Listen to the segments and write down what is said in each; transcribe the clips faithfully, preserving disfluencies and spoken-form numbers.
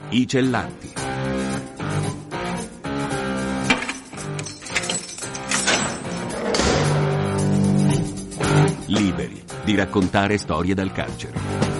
I Cellanti. Liberi di raccontare storie dal carcere.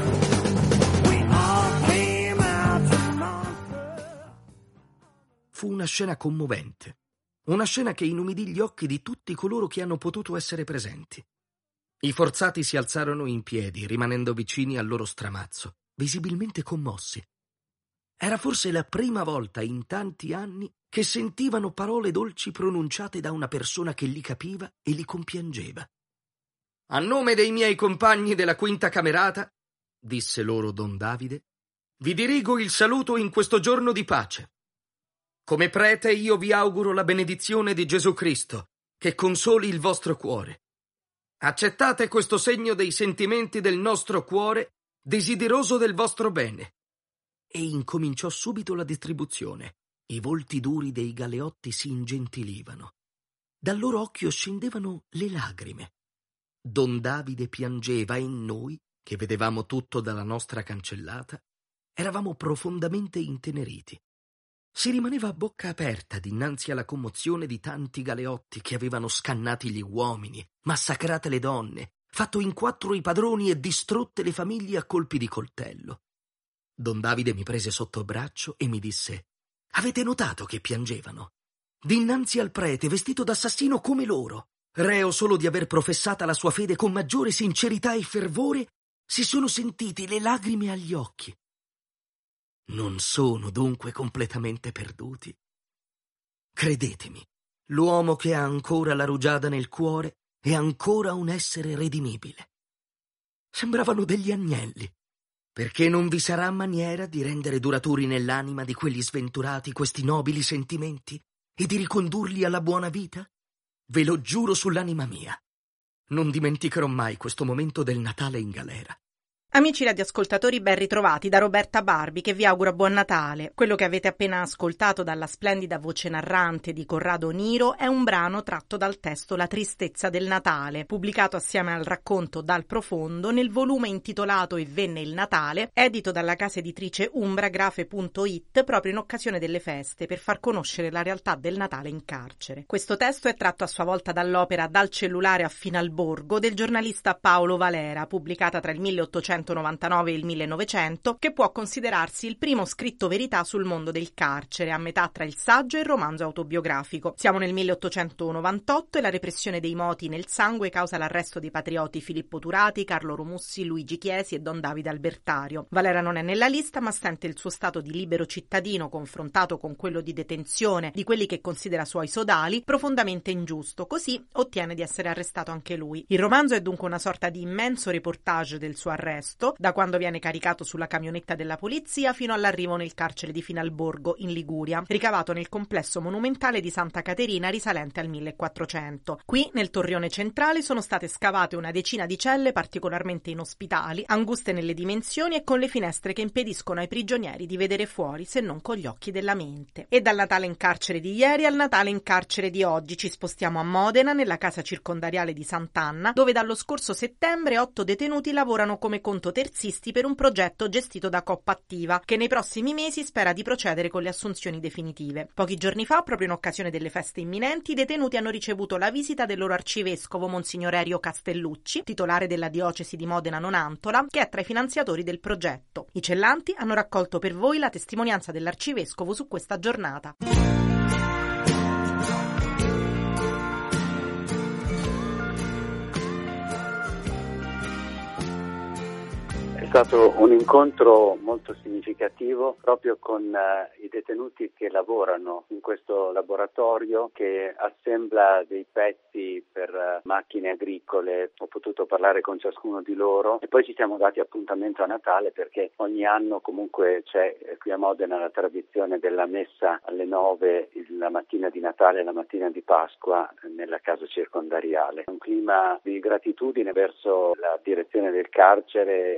Fu una scena commovente, una scena che inumidì gli occhi di tutti coloro che hanno potuto essere presenti. I forzati si alzarono in piedi, rimanendo vicini al loro stramazzo, visibilmente commossi. Era forse la prima volta in tanti anni che sentivano parole dolci pronunciate da una persona che li capiva e li compiangeva. «A nome dei miei compagni della quinta camerata», disse loro don Davide, «vi dirigo il saluto in questo giorno di pace. Come prete io vi auguro la benedizione di Gesù Cristo, che consoli il vostro cuore. Accettate questo segno dei sentimenti del nostro cuore, desideroso del vostro bene». E incominciò subito la distribuzione. I volti duri dei galeotti si ingentilivano. Dal loro occhio scendevano le lagrime. Don Davide piangeva e noi, che vedevamo tutto dalla nostra cancellata, eravamo profondamente inteneriti. Si rimaneva a bocca aperta dinanzi alla commozione di tanti galeotti che avevano scannati gli uomini, massacrate le donne, fatto in quattro i padroni e distrutte le famiglie a colpi di coltello. Don Davide mi prese sotto braccio e mi disse: «Avete notato che piangevano? Dinanzi al prete vestito d'assassino come loro, reo solo di aver professata la sua fede con maggiore sincerità e fervore, si sono sentiti le lagrime agli occhi. Non sono dunque completamente perduti. Credetemi, l'uomo che ha ancora la rugiada nel cuore è ancora un essere redimibile». Sembravano degli agnelli. Perché non vi sarà maniera di rendere duraturi nell'anima di quegli sventurati questi nobili sentimenti e di ricondurli alla buona vita? Ve lo giuro sull'anima mia. Non dimenticherò mai questo momento del Natale in galera. Amici radioascoltatori, ben ritrovati da Roberta Barbi, che vi augura buon Natale. Quello che avete appena ascoltato dalla splendida voce narrante di Corrado Niro è un brano tratto dal testo La tristezza del Natale, pubblicato assieme al racconto Dal profondo nel volume intitolato E venne il Natale, edito dalla casa editrice umbragrafe punto it proprio in occasione delle feste, per far conoscere la realtà del Natale in carcere. Questo testo è tratto a sua volta dall'opera Dal cellulare a Finalborgo del giornalista Paolo Valera, pubblicata tra il milleottocentonovantanove e il millenovecento, che può considerarsi il primo scritto verità sul mondo del carcere, a metà tra il saggio e il romanzo autobiografico. Siamo nel milleottocentonovantotto e la repressione dei moti nel sangue causa l'arresto dei patrioti Filippo Turati, Carlo Romussi, Luigi Chiesi e don Davide Albertario. Valera non è nella lista, ma sente il suo stato di libero cittadino confrontato con quello di detenzione di quelli che considera suoi sodali profondamente ingiusto, così ottiene di essere arrestato anche lui. Il romanzo è dunque una sorta di immenso reportage del suo arresto, da quando viene caricato sulla camionetta della polizia fino all'arrivo nel carcere di Finalborgo in Liguria, ricavato nel complesso monumentale di Santa Caterina risalente al millequattrocento. Qui, nel torrione centrale, sono state scavate una decina di celle particolarmente inospitali, anguste nelle dimensioni e con le finestre che impediscono ai prigionieri di vedere fuori se non con gli occhi della mente. E dal Natale in carcere di ieri al Natale in carcere di oggi ci spostiamo a Modena, nella casa circondariale di Sant'Anna, dove dallo scorso settembre otto detenuti lavorano come conto terzisti per un progetto gestito da Coppa Attiva, che nei prossimi mesi spera di procedere con le assunzioni definitive. Pochi giorni fa, proprio in occasione delle feste imminenti, i detenuti hanno ricevuto la visita del loro arcivescovo Monsignor Erio Castellucci, titolare della diocesi di Modena Nonantola, che è tra i finanziatori del progetto. I Cellanti hanno raccolto per voi la testimonianza dell'arcivescovo su questa giornata. È stato un incontro molto significativo proprio con uh, i detenuti che lavorano in questo laboratorio che assembla dei pezzi per uh, macchine agricole. Ho potuto parlare con ciascuno di loro e poi ci siamo dati appuntamento a Natale, perché ogni anno comunque c'è eh, qui a Modena la tradizione della messa alle nove la mattina di Natale e la mattina di Pasqua eh, nella casa circondariale. Un clima di gratitudine verso la direzione del carcere eh, che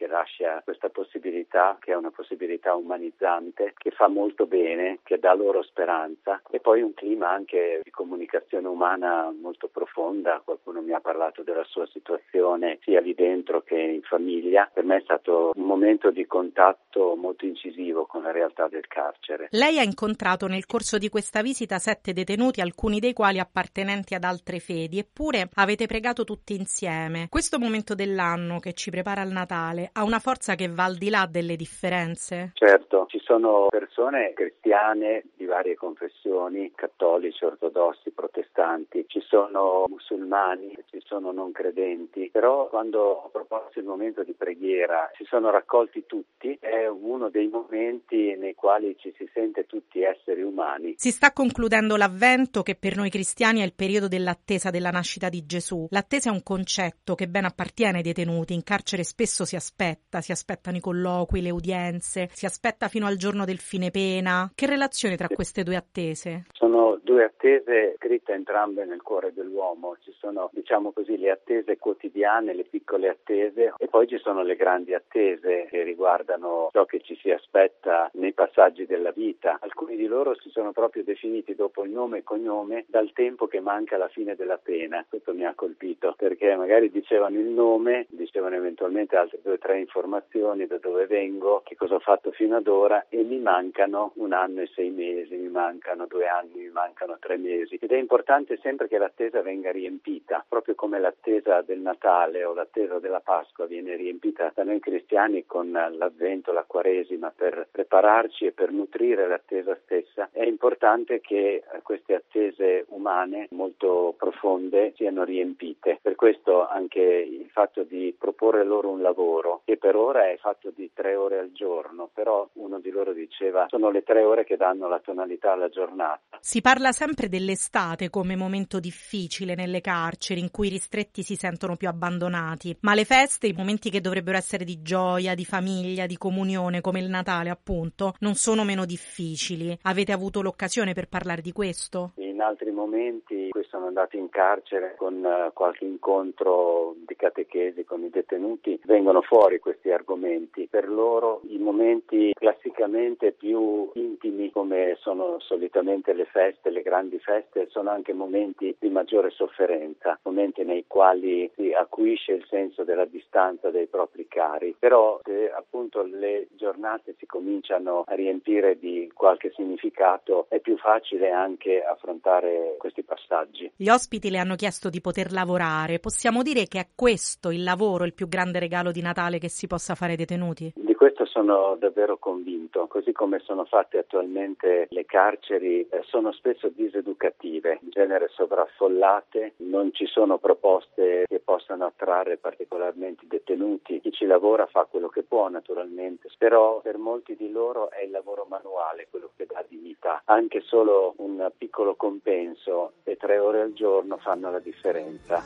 che lascia questa possibilità, che è una possibilità umanizzante, che fa molto bene, che dà loro speranza, e poi un clima anche di comunicazione umana molto profonda. Qualcuno mi ha parlato della sua situazione sia lì dentro che in famiglia. Per me è stato un momento di contatto molto incisivo con la realtà del carcere. Lei ha incontrato nel corso di questa visita sette detenuti, alcuni dei quali appartenenti ad altre fedi, eppure avete pregato tutti insieme. Questo momento dell'anno che ci prepara al Natale ha una forza che va al di là delle differenze? Certo, ci sono persone cristiane di varie confessioni, cattolici, ortodossi, protestanti, ci sono musulmani, ci sono non credenti, però quando ho proposto il momento di preghiera si sono raccolti tutti, è uno dei momenti nei quali ci si sente tutti esseri umani. Si sta concludendo l'Avvento, che per noi cristiani è il periodo dell'attesa della nascita di Gesù. L'attesa è un concetto che ben appartiene ai detenuti. In carcere spesso si aspetta, si aspettano i colloqui, le udienze, si aspetta fino al giorno del fine pena. Che relazione tra queste due attese? Sono due attese scritte entrambe nel cuore dell'uomo. Ci sono, diciamo così, le attese quotidiane, le piccole attese, e poi ci sono le grandi attese che riguardano ciò che ci si aspetta nei passaggi della vita. Alcuni di loro si sono proprio definiti dopo il nome e cognome dal tempo che manca alla fine della pena. Questo mi ha colpito, perché magari dicevano il nome, dicevano eventualmente altre due o tre informazioni, da dove vengo, che cosa ho fatto fino ad ora, e mi mancano un anno e sei mesi, mi mancano due anni, mi mancano tre mesi. Ed è importante sempre che l'attesa venga riempita, proprio come l'attesa del Natale o l'attesa della Pasqua viene riempita da noi cristiani con l'Avvento, la Quaresima, per prepararci e per nutrire l'attesa stessa. È importante che queste attese umane molto profonde siano riempite. Per questo anche il fatto di proporre loro un lavoro, che per ora è fatto di tre ore al giorno, però uno di loro diceva sono le tre ore che danno la tonalità alla giornata. Si parla sempre dell'estate come momento difficile nelle carceri, in cui i ristretti si sentono più abbandonati, ma le feste, i momenti che dovrebbero essere di gioia, di famiglia, di comunione, come il Natale appunto, non sono meno difficili. Avete avuto l'occasione per parlare di questo? In altri momenti qui sono andato in carcere con uh, qualche incontro di catechesi con i detenuti, vengono fuori questi argomenti. Per loro i momenti classicamente più intimi, come sono solitamente le feste, le grandi feste, sono anche momenti di maggiore sofferenza, momenti nei quali si acuisce il senso della distanza dai propri cari. Però se appunto le giornate si cominciano a riempire di qualche significato, è più facile anche affrontare questi passaggi. Gli ospiti le hanno chiesto di poter lavorare. Possiamo dire che è questo il lavoro, il più grande regalo di Natale che si possa fare ai detenuti? Di questo sono davvero convinto. Così come sono fatte attualmente le carceri, eh, sono spesso diseducative, in genere sovraffollate, non ci sono proposte che possano attrarre particolarmente i detenuti. Chi ci lavora fa quello che può naturalmente, però per molti di loro è il lavoro manuale quello che dà dignità. Anche solo un piccolo compenso e tre ore al giorno fanno la differenza.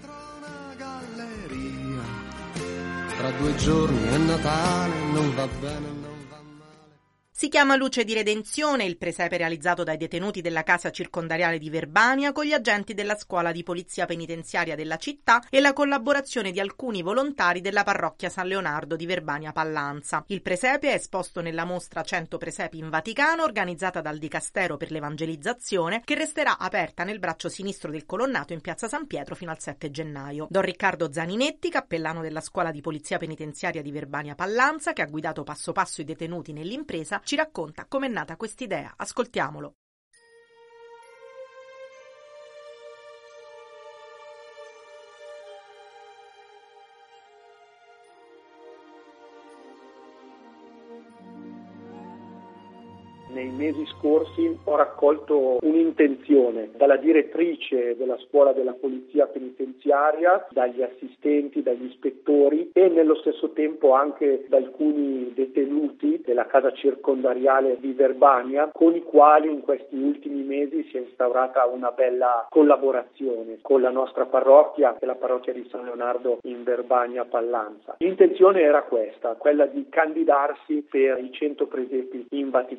Tra due giorni è Natale, non va bene, non va male. Si chiama Luce di Redenzione, il presepe realizzato dai detenuti della casa circondariale di Verbania con gli agenti della scuola di polizia penitenziaria della città e la collaborazione di alcuni volontari della parrocchia San Leonardo di Verbania Pallanza. Il presepe è esposto nella mostra cento presepi in Vaticano, organizzata dal Dicastero per l'Evangelizzazione, che resterà aperta nel braccio sinistro del colonnato in piazza San Pietro fino al sette gennaio. Don Riccardo Zaninetti, cappellano della scuola di polizia penitenziaria di Verbania Pallanza, che ha guidato passo passo i detenuti nell'impresa, ci racconta com'è nata quest'idea. Ascoltiamolo. Nei mesi scorsi ho raccolto un'intenzione dalla direttrice della scuola della polizia penitenziaria, dagli assistenti, dagli ispettori e nello stesso tempo anche da alcuni detenuti della casa circondariale di Verbania, con i quali in questi ultimi mesi si è instaurata una bella collaborazione con la nostra parrocchia, che è la parrocchia di San Leonardo in Verbania Pallanza. L'intenzione era questa, quella di candidarsi per i cento presepi in Vaticano.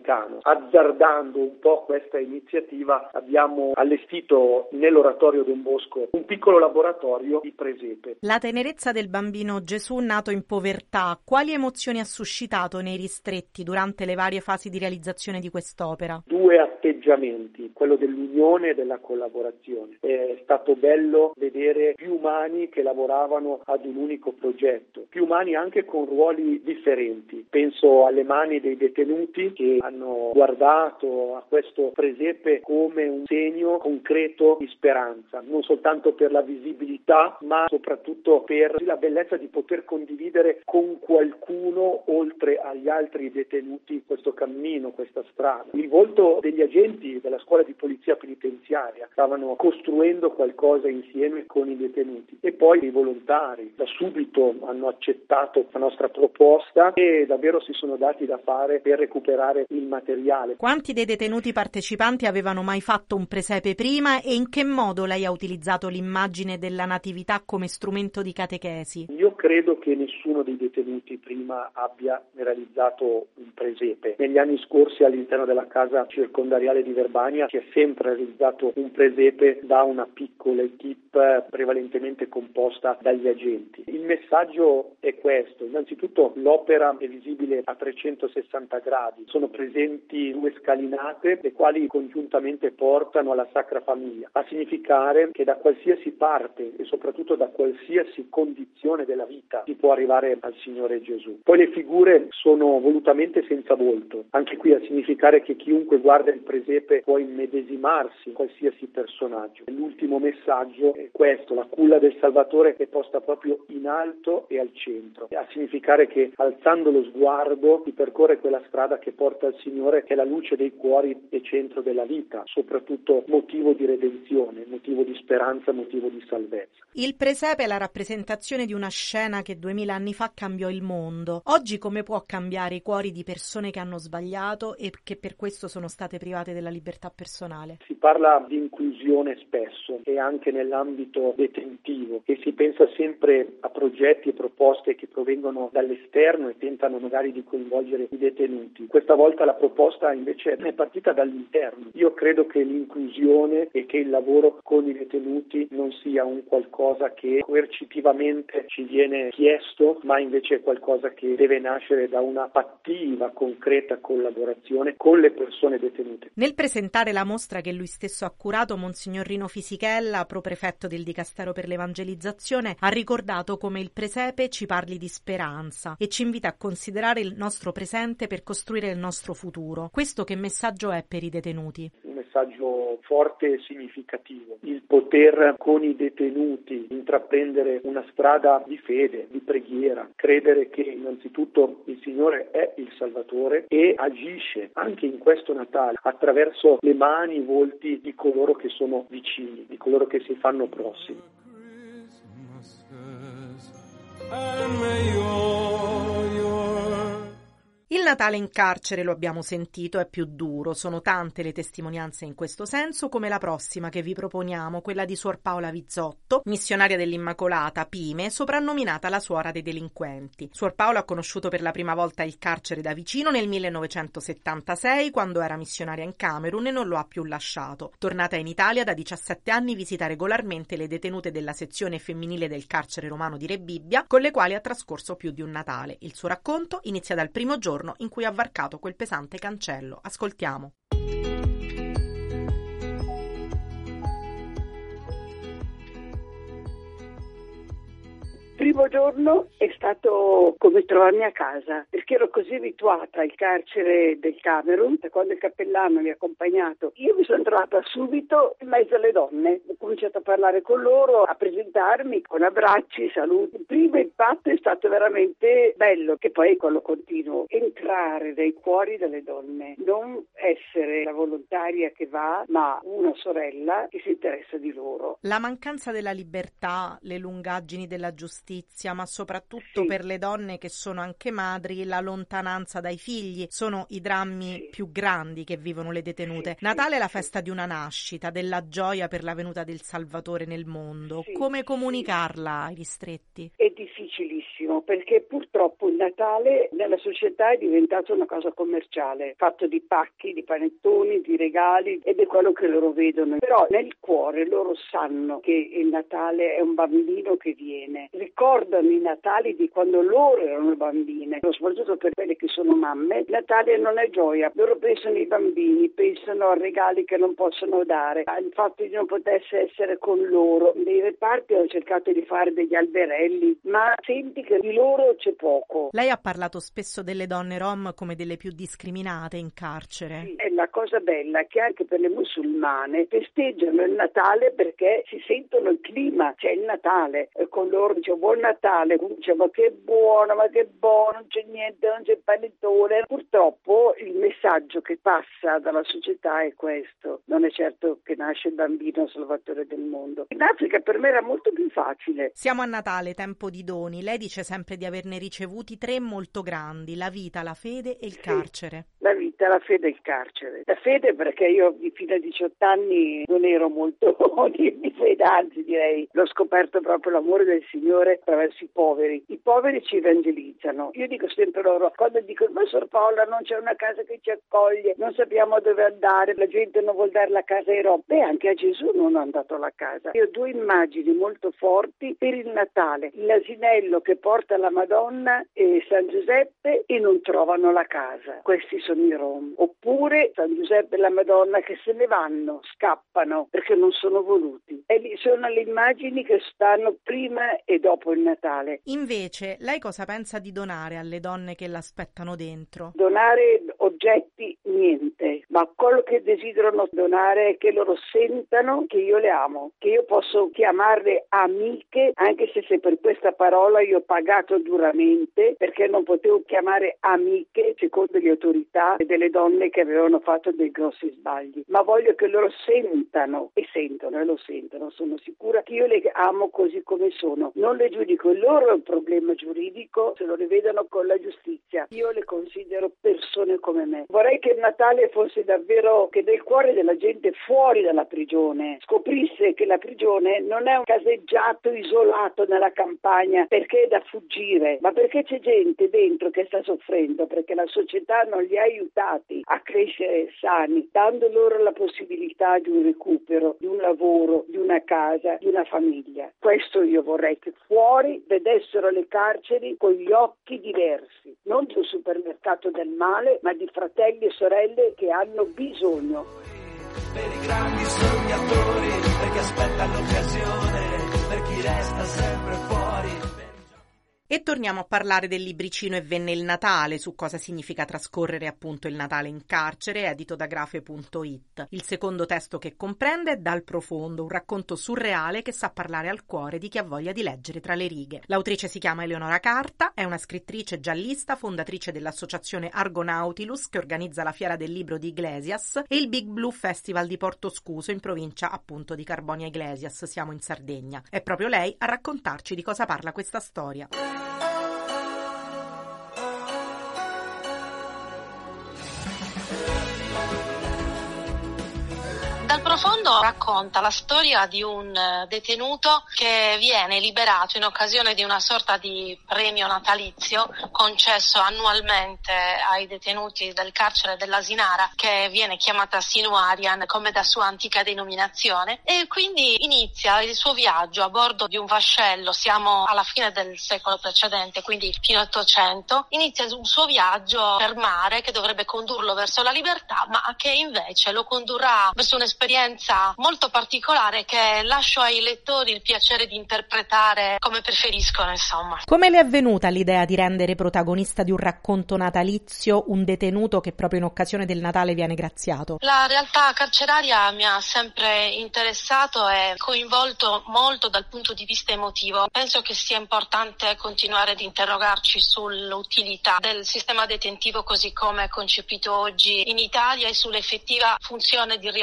azzardando un po' questa iniziativa, abbiamo allestito nell'oratorio Don Bosco un piccolo laboratorio di presepe. La tenerezza del bambino Gesù nato in povertà, quali emozioni ha suscitato nei ristretti durante le varie fasi di realizzazione di quest'opera? Due atteggiamenti, quello dell'unione e della collaborazione. È stato bello vedere più umani che lavoravano ad un unico progetto, più umani anche con ruoli differenti. Penso alle mani dei detenuti che hanno guardato a questo presepe come un segno concreto di speranza, non soltanto per la visibilità, ma soprattutto per la bellezza di poter condividere con qualcuno, oltre agli altri detenuti, questo cammino, questa strada. Il volto degli agenti della scuola di polizia penitenziaria stavano costruendo qualcosa insieme con i detenuti, e poi i volontari da subito hanno accettato la nostra proposta e davvero si sono dati da fare per recuperare il materiale. Quanti dei detenuti partecipanti avevano mai fatto un presepe prima e in che modo lei ha utilizzato l'immagine della natività come strumento di catechesi? Io credo che nessuno dei detenuti prima abbia realizzato un presepe. Negli anni scorsi all'interno della casa circondariale di Verbania si è sempre realizzato un presepe da una piccola equipe prevalentemente composta dagli agenti. Il messaggio è questo: innanzitutto l'opera è visibile a trecentosessanta gradi, sono presenti due scalinate le quali congiuntamente portano alla Sacra Famiglia, a significare che da qualsiasi parte e soprattutto da qualsiasi condizione della vita si può arrivare al Signore Gesù. Poi le figure sono volutamente senza volto, anche qui a significare che chiunque guarda il presepe può immedesimarsi in qualsiasi personaggio. L'ultimo messaggio è questo: la culla del Salvatore è posta proprio in alto e al centro, a significare che alzando lo sguardo si percorre quella strada che porta al Signore, che è la luce dei cuori e centro della vita, soprattutto motivo di redenzione, motivo di speranza, motivo di salvezza. Il presepe è la rappresentazione di una scena che duemila anni fa cambiò il mondo. Oggi come può cambiare i cuori di persone che hanno sbagliato e che per questo sono state private della libertà personale? Si parla di inclusione spesso e anche nell'ambito detentivo, e si pensa sempre a progetti e proposte che provengono dall'esterno e tentano magari di coinvolgere i detenuti. Questa volta la proposta invece è partita dall'interno. Io credo che l'inclusione e che il lavoro con i detenuti non sia un qualcosa che coercitivamente ci viene chiesto, ma invece è qualcosa che deve nascere da una fattiva, concreta collaborazione con le persone detenute. Nel presentare la mostra che lui stesso ha curato, Monsignor Rino Fisichella, proprefetto del Dicastero per l'Evangelizzazione, ha ricordato come il presepe ci parli di speranza e ci invita a considerare il nostro presente per costruire il nostro futuro. Questo che messaggio è per i detenuti? Un messaggio forte e significativo. Il poter con i detenuti intraprendere una strada di fede, di preghiera, credere che innanzitutto il Signore è il Salvatore e agisce anche in questo Natale attraverso le mani, i volti di coloro che sono vicini, di coloro che si fanno prossimi. Il Natale in carcere, lo abbiamo sentito, è più duro. Sono tante le testimonianze in questo senso, come la prossima che vi proponiamo, quella di Suor Paola Vizzotto, missionaria dell'Immacolata, Pime, soprannominata la suora dei delinquenti. Suor Paola ha conosciuto per la prima volta il carcere da vicino nel millenovecentosettantasei, quando era missionaria in Camerun, e non lo ha più lasciato. Tornata in Italia, da diciassette anni visita regolarmente le detenute della sezione femminile del carcere romano di Rebibbia, con le quali ha trascorso più di un Natale. Il suo racconto inizia dal primo giorno in cui ha varcato quel pesante cancello. Ascoltiamo. Il primo giorno è stato come trovarmi a casa, perché ero così abituata al carcere del Camerun, e quando il cappellano mi ha accompagnato io mi sono trovata subito in mezzo alle donne. Ho cominciato a parlare con loro, a presentarmi con abbracci, saluti. Il primo impatto è stato veramente bello, che poi quello continuo, entrare nei cuori delle donne, non essere la volontaria che va, ma una sorella che si interessa di loro. La mancanza della libertà, le lungaggini della giustizia, giustizia, ma soprattutto sì. per le donne che sono anche madri, la lontananza dai figli sono i drammi Sì. più grandi che vivono le detenute. Sì, Natale sì, è la sì. festa di una nascita, della gioia per la venuta del Salvatore nel mondo. Sì, Come comunicarla ai ristretti? È difficilissimo perché purtroppo il Natale nella società è diventato una cosa commerciale, fatto di pacchi, di panettoni, di regali, ed è quello che loro vedono. Però nel cuore loro sanno che il Natale è un bambino che viene. Ricordano i Natali di quando loro erano bambine, soprattutto per quelle che sono mamme. Il Natale non è gioia, loro pensano ai bambini, pensano a regali che non possono dare, al fatto di non potersi essere con loro. Nei reparti ho cercato di fare degli alberelli, ma senti che di loro c'è poco. Lei ha parlato spesso delle donne rom come delle più discriminate in carcere. Sì, è la cosa bella che anche per le musulmane festeggiano il Natale perché si sentono il clima, c'è il Natale, e con loro dice buon Natale, dice ma che buono, ma che buono, non c'è niente, non c'è panettone. Purtroppo il messaggio che passa dalla società è questo, non è certo che nasce il bambino salvatore del mondo. In Africa per me era molto più facile. Siamo a Natale, tempo di doni. Lei dice sempre di averne ricevuti tre molto grandi: la vita, la fede e il Sì. carcere. La vita, la fede e il carcere. La fede perché io fino a diciotto anni non ero molto di, di fede, anzi direi l'ho scoperto proprio l'amore del Signore attraverso i poveri. I poveri ci evangelizzano. Io dico sempre loro, quando dicono ma Sor Paola non c'è una casa che ci accoglie, non sappiamo dove andare, la gente non vuol dare la casa ai rom. Beh, anche a Gesù non ha dato la casa. Io ho due immagini molto forti per il Natale: l'asinello che porta la Madonna e San Giuseppe e non trovano la casa. Questi sono i rom. Oppure San Giuseppe e la Madonna che se ne vanno, scappano perché non sono voluti. E lì sono le immagini che stanno prima e dopo il Natale. Invece, lei cosa pensa di donare alle donne che l'aspettano dentro? Donare oggetti, niente, ma quello che desiderano donare è che loro sentano che io le amo, che io posso chiamarle amiche, anche se, se per questa parola io ho pagato duramente, perché non potevo chiamare amiche secondo le autorità delle donne che avevano fatto dei grossi sbagli, ma voglio che loro sentano, e sentono e lo sentono, sono sicura che io le amo così come sono, non le giudico. Il loro è un problema giuridico, se lo rivedano con la giustizia. Io le considero persone come me. Vorrei che il Natale fosse davvero, che nel cuore della gente fuori dalla prigione scoprisse che la prigione non è un caseggiato isolato nella campagna perché è da fuggire, ma perché c'è gente dentro che sta soffrendo, perché la società non li ha aiutati a crescere sani, dando loro la possibilità di un recupero, di un lavoro, di una casa, di una famiglia. Questo io vorrei, che fuori vedessero le carceri con gli occhi diversi, non di un supermercato del male, ma di fratelli e sorelle che hanno bisogno. Per i grandi sognatori, perché aspettano l'occasione, per chi resta sempre fuori. E torniamo a parlare del libricino E venne il Natale, su cosa significa trascorrere appunto il Natale in carcere, edito da grafe punto it. Il secondo testo che comprende è Dal profondo, un racconto surreale che sa parlare al cuore di chi ha voglia di leggere tra le righe. L'autrice si chiama Eleonora Carta, è una scrittrice giallista, fondatrice dell'associazione Argonautilus che organizza la Fiera del Libro di Iglesias e il Big Blue Festival di Porto Scuso in provincia appunto di Carbonia Iglesias, siamo in Sardegna. È proprio lei a raccontarci di cosa parla questa storia. Dal profondo racconta la storia di un detenuto che viene liberato in occasione di una sorta di premio natalizio concesso annualmente ai detenuti del carcere dell'Asinara, che viene chiamata Sinuarian come da sua antica denominazione, e quindi inizia il suo viaggio a bordo di un vascello. Siamo alla fine del secolo precedente, quindi fino all'Ottocento. Inizia il suo viaggio per mare che dovrebbe condurlo verso la libertà, ma che invece lo condurrà verso un'esperienza molto particolare che lascio ai lettori il piacere di interpretare come preferiscono, insomma. Come le è venuta l'idea di rendere protagonista di un racconto natalizio un detenuto che proprio in occasione del Natale viene graziato? La realtà carceraria mi ha sempre interessato e coinvolto molto dal punto di vista emotivo. Penso che sia importante continuare ad interrogarci sull'utilità del sistema detentivo così come è concepito oggi in Italia e sull'effettiva funzione di riabilitazione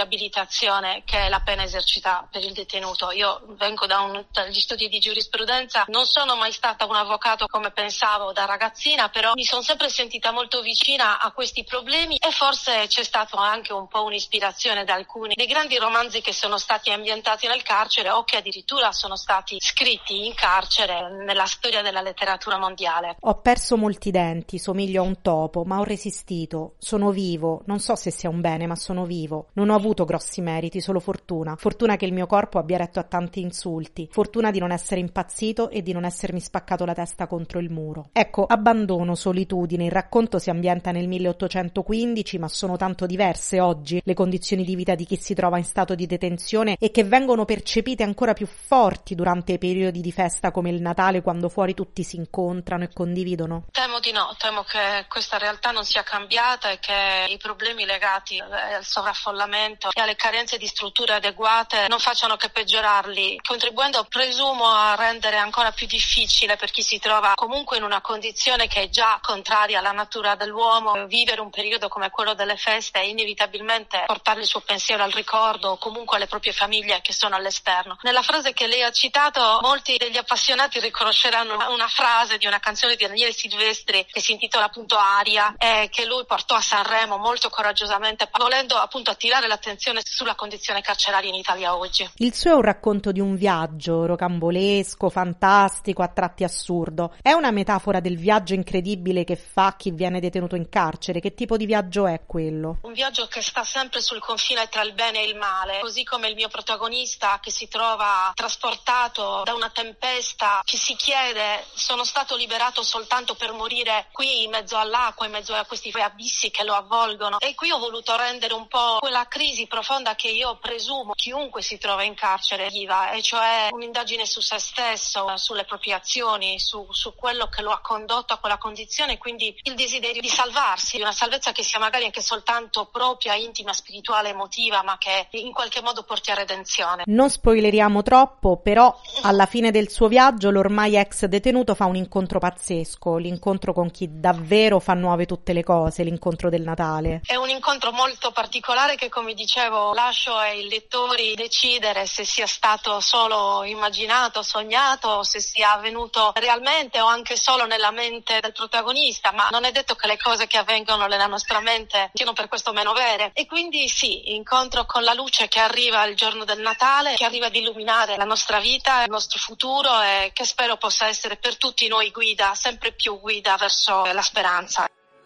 l'ispirazione che la pena esercita per il detenuto. Io vengo da un, dagli studi di giurisprudenza, non sono mai stata un avvocato come pensavo da ragazzina, però mi sono sempre sentita molto vicina a questi problemi e forse c'è stato anche un po' un'ispirazione da alcuni dei grandi romanzi che sono stati ambientati nel carcere o che addirittura sono stati scritti in carcere nella storia della letteratura mondiale. Ho perso molti denti, somiglio a un topo, ma ho resistito. Sono vivo, non so se sia un bene, ma sono vivo. Non ho avuto grossi meriti, solo fortuna. Fortuna che il mio corpo abbia retto a tanti insulti. Fortuna di non essere impazzito e di non essermi spaccato la testa contro il muro. Ecco, abbandono, solitudine. Il racconto si ambienta nel milleottocentoquindici, ma sono tanto diverse oggi le condizioni di vita di chi si trova in stato di detenzione e che vengono percepite ancora più forti durante i periodi di festa come il Natale, quando fuori tutti si incontrano e condividono. Temo di no, temo che questa realtà non sia cambiata e che i problemi legati al sovraffollamento e alle carenze di strutture adeguate non facciano che peggiorarli, contribuendo, presumo, a rendere ancora più difficile per chi si trova comunque in una condizione che è già contraria alla natura dell'uomo, vivere un periodo come quello delle feste e inevitabilmente portare il suo pensiero al ricordo o comunque alle proprie famiglie che sono all'esterno. Nella frase che lei ha citato, molti degli appassionati riconosceranno una frase di una canzone di Daniele Silvestri che si intitola appunto Aria e che lui portò a Sanremo molto coraggiosamente, volendo appunto attirare l'attenzione sulla condizione carceraria in Italia oggi. Il suo è un racconto di un viaggio rocambolesco, fantastico, a tratti assurdo. È una metafora del viaggio incredibile che fa chi viene detenuto in carcere. Che tipo di viaggio è quello? Un viaggio che sta sempre sul confine tra il bene e il male, così come il mio protagonista che si trova trasportato da una tempesta, che si chiede: sono stato liberato soltanto per morire qui in mezzo all'acqua, in mezzo a questi abissi che lo avvolgono. E qui ho voluto rendere un po' quella crisi profonda che io presumo chiunque si trova in carcere viva, e cioè un'indagine su se stesso, sulle proprie azioni, su, su quello che lo ha condotto a quella condizione, quindi il desiderio di salvarsi, di una salvezza che sia magari anche soltanto propria, intima, spirituale, emotiva, ma che in qualche modo porti a redenzione. Non spoileriamo troppo, però alla fine del suo viaggio l'ormai ex detenuto fa un incontro pazzesco, l'incontro con chi davvero fa nuove tutte le cose, l'incontro del Natale. È un incontro molto particolare che, come dicevo, lascio ai lettori decidere se sia stato solo immaginato, sognato, o se sia avvenuto realmente o anche solo nella mente del protagonista, ma non è detto che le cose che avvengono nella nostra mente siano per questo meno vere. E quindi sì, incontro con la luce che arriva il giorno del Natale, che arriva ad illuminare la nostra vita, il nostro futuro, e che spero possa essere per tutti noi guida, sempre più guida verso la speranza.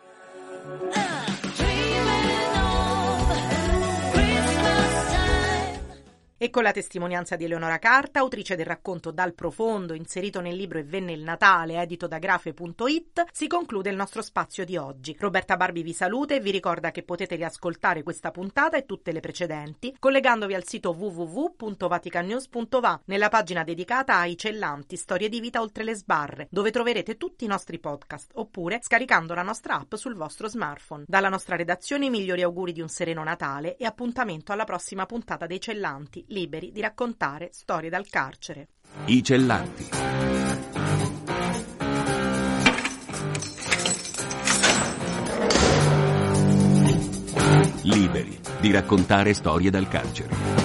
E con la testimonianza di Eleonora Carta, autrice del racconto Dal profondo, inserito nel libro E venne il Natale, edito da grafe punto it, si conclude il nostro spazio di oggi. Roberta Barbi vi saluta e vi ricorda che potete riascoltare questa puntata e tutte le precedenti collegandovi al sito w w w punto vatican news punto va nella pagina dedicata ai cellanti, storie di vita oltre le sbarre, dove troverete tutti i nostri podcast, oppure scaricando la nostra app sul vostro smartphone. Dalla nostra redazione i migliori auguri di un sereno Natale e appuntamento alla prossima puntata dei Cellanti, liberi di raccontare storie dal carcere. I Cellanti. Liberi di raccontare storie dal carcere.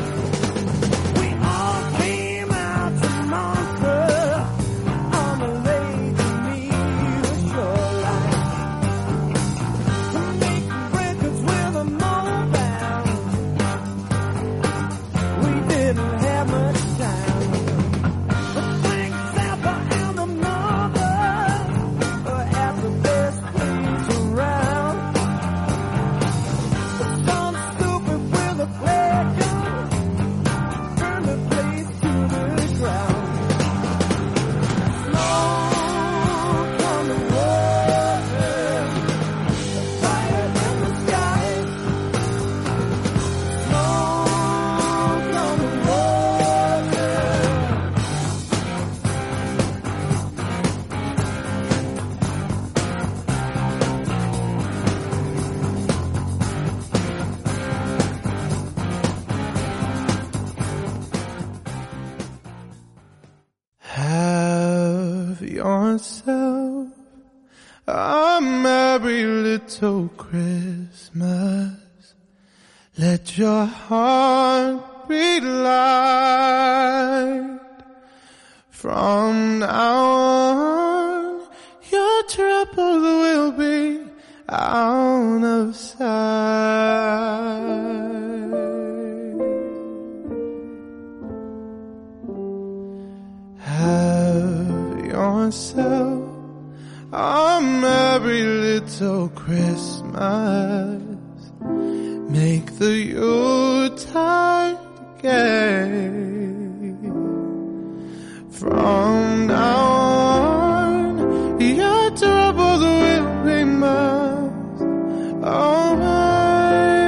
Yourself a merry little Christmas. Let your heart be light. From now on, your troubles will be out of sight. Have yourself a merry little Christmas. Make the Yuletide gay. From now on, your troubles will be miles away.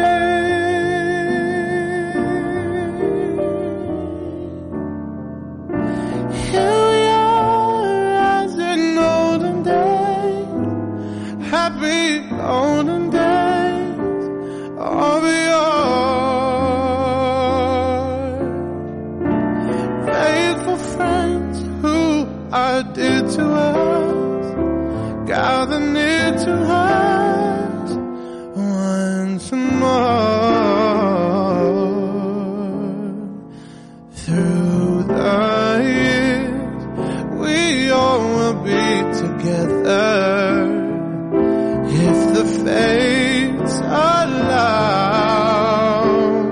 Here we are as in olden days, happy olden days of yore. Faithful friends who are dear to us, gather near to us once more. Through the years, we all will be together if the fates allow.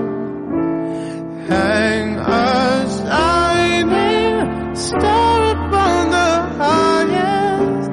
Hang a shining star upon the highest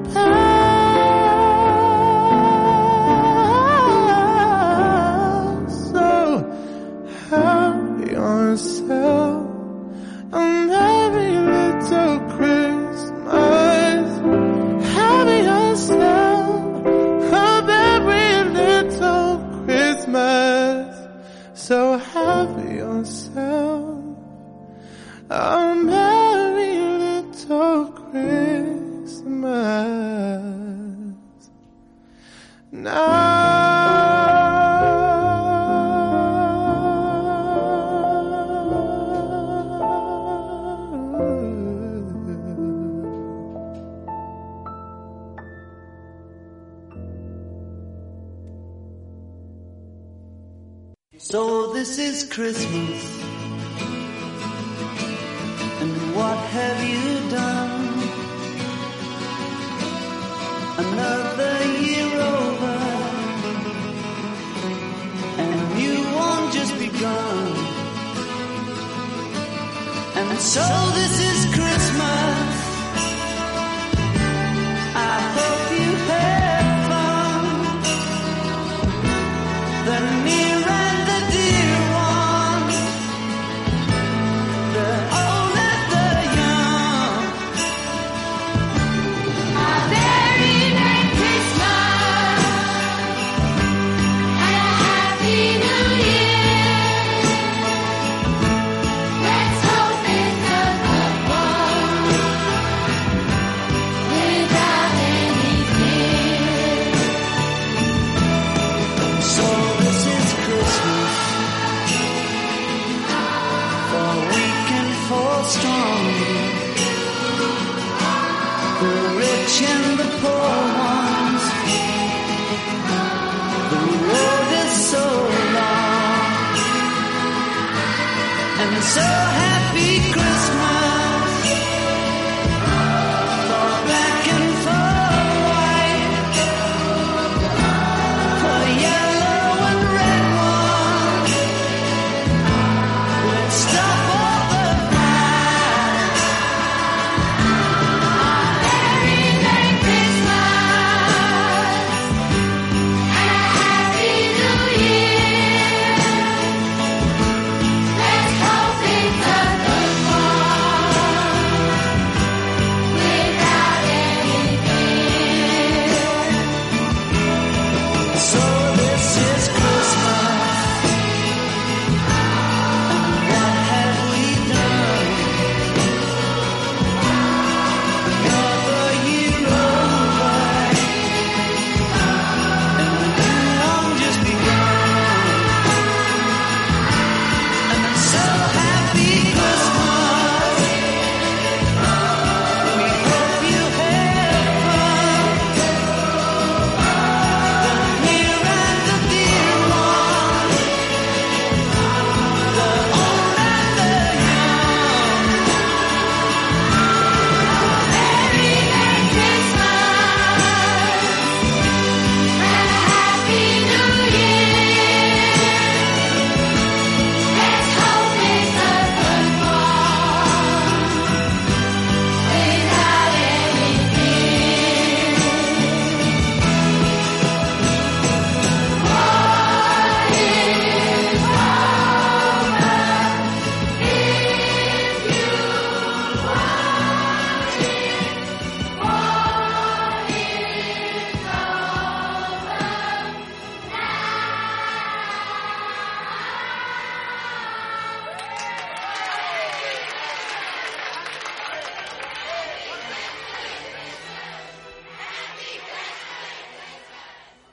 bough. So have yourself a merry little Christmas. Have yourself a merry little Christmas. So have yourself a merry little Christmas now. So this is Christmas, and what have you done? Another year over, and you won't just begun. And so this is Christmas, I hope you had fun. The near and the dear one, the old and the young. A very Merry Christmas and a Happy New Year. Let's hope it's a good one without any fear. So this is Christmas, for weak and for strong, the rich and the poor ones. The road is so long, and so